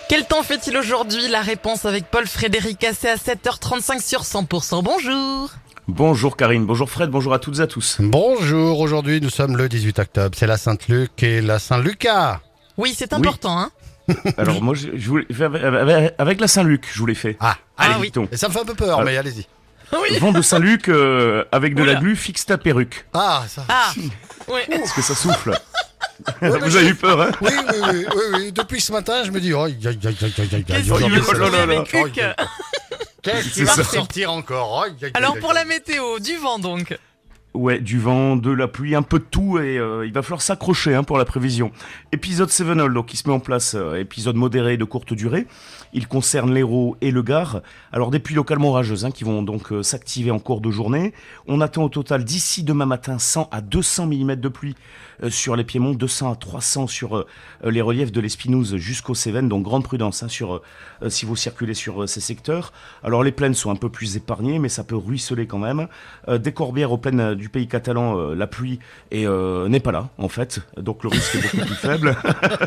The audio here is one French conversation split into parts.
Quel temps fait-il aujourd'hui? La réponse avec Paul-Frédéric Cassé à 7h35 sur 100%. Bonjour. Bonjour Karine, bonjour Fred, bonjour à toutes et à tous. Bonjour, aujourd'hui nous sommes le 18 octobre, c'est la Sainte-Luc et la Saint-Lucas. Oui, c'est important, hein. Alors moi, je voulais, avec la Saint-Luc, je vous l'ai fait. Ah oui. Victon. Et ça me fait un peu peur, mais allez-y. Oui. Vent de Saint-Luc avec de la Oula. glu, fixe ta perruque. Ah, ça. Ah, oui. Parce que ça souffle. mais Vous avez eu peur, hein? Oui. Depuis ce matin, je me dis, Qu'est-ce Oh, qu'il là veut là là avec là. Huc? qu'est-ce qui C'est va ça. ressortir encore? Alors pour la météo, du vent donc. Ouais, du vent, de la pluie, un peu de tout, et il va falloir s'accrocher pour la prévision. Épisode Sevenol, donc qui se met en place, épisode modéré de courte durée. Il concerne l'Hérault et le Gard. Alors des pluies localement orageuses qui vont donc s'activer en cours de journée. On attend au total d'ici demain matin 100 à 200 mm de pluie sur les Piémonts, 200 à 300 sur les reliefs de l'Espinouse jusqu'aux Cévennes, donc grande prudence sur si vous circulez sur ces secteurs. Alors les plaines sont un peu plus épargnées, mais ça peut ruisseler quand même. Des Corbières aux plaines du pays catalan, la pluie n'est pas là en fait, donc le risque est beaucoup plus faible.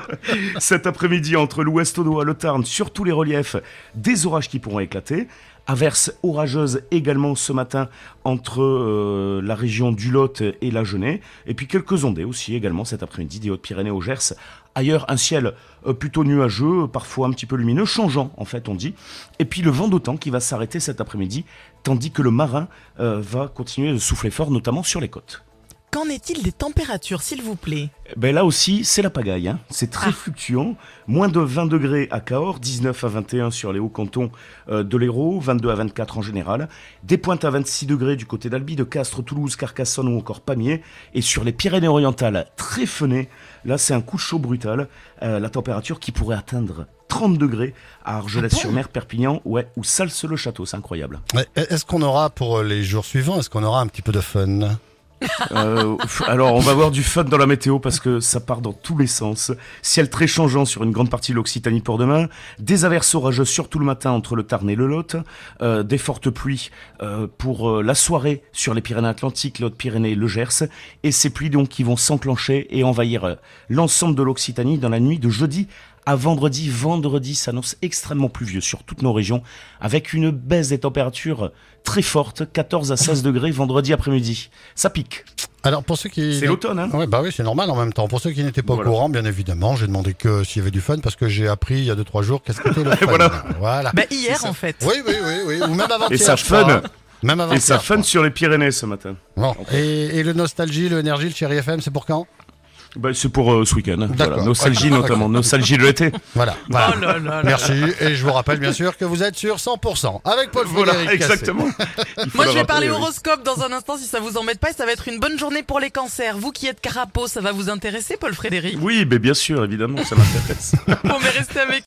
Cet après-midi, entre l'ouest audois, le Tarn, sur tous les reliefs, des orages qui pourront éclater. Averses orageuses également ce matin entre la région du Lot et la Genée. Et puis quelques ondées aussi également cet après-midi des Hautes-Pyrénées au Gers. Ailleurs, un ciel plutôt nuageux, parfois un petit peu lumineux, changeant en fait on dit. Et puis le vent d'automne qui va s'arrêter cet après-midi, tandis que le marin va continuer de souffler fort, notamment sur les côtes. Qu'en est-il des températures, s'il vous plaît? Ben là aussi, c'est la pagaille. C'est très fluctuant. Moins de 20 degrés à Cahors, 19 à 21 sur les hauts cantons de l'Hérault, 22 à 24 en général. Des pointes à 26 degrés du côté d'Albi, de Castres, Toulouse, Carcassonne ou encore Pamiers. Et sur les Pyrénées-Orientales, très fennées. Là, c'est un coup de chaud brutal. La température qui pourrait atteindre 30 degrés à Argelès-sur-Mer, Perpignan, ou Sals-le-Château. C'est incroyable. Est-ce qu'on aura pour les jours suivants, est-ce qu'on aura un petit peu de fun? Alors on va avoir du fun dans la météo parce que ça part dans tous les sens. Ciel très changeant sur une grande partie de l'Occitanie pour demain. Des averses orageuses surtout le matin entre le Tarn et le Lot. Des fortes pluies pour la soirée sur les Pyrénées-Atlantiques, les Hautes-Pyrénées et le Gers. Et ces pluies donc qui vont s'enclencher et envahir l'ensemble de l'Occitanie dans la nuit de jeudi à vendredi. Vendredi s'annonce extrêmement pluvieux sur toutes nos régions avec une baisse des températures très forte, 14 à 16 degrés vendredi après-midi. Ça pique. Alors pour ceux qui... C'est l'automne, hein. Ouais, bah oui, c'est normal en même temps. Pour ceux qui n'étaient pas Voilà. au courant, bien évidemment, j'ai demandé que s'il y avait du fun parce que j'ai appris il y a 2-3 jours qu'est-ce que c'était le fun. Voilà. Bah hier en fait. Oui. Ou même avant-hier. Et ça je crois, fun. hein. Même avant-hier. Et ça je crois. fun sur les Pyrénées ce matin. Bon. Et le Nostalgie, le Énergie, le Chéri FM, c'est pour quand? C'est pour ce week-end. D'accord. Voilà. Nostalgie notamment. Nostalgie de l'été. Voilà. Oh là là là. Merci. Et je vous rappelle bien sûr que vous êtes sur 100% avec Paul-Frédéric Voilà, Cassé. exactement. Moi je vais parler horoscope dans un instant si ça vous embête pas et ça va être une bonne journée pour les cancers. Vous qui êtes carapace, ça va vous intéresser Paul-Frédéric? Oui, mais bien sûr, évidemment, ça m'intéresse. Bon mais restez avec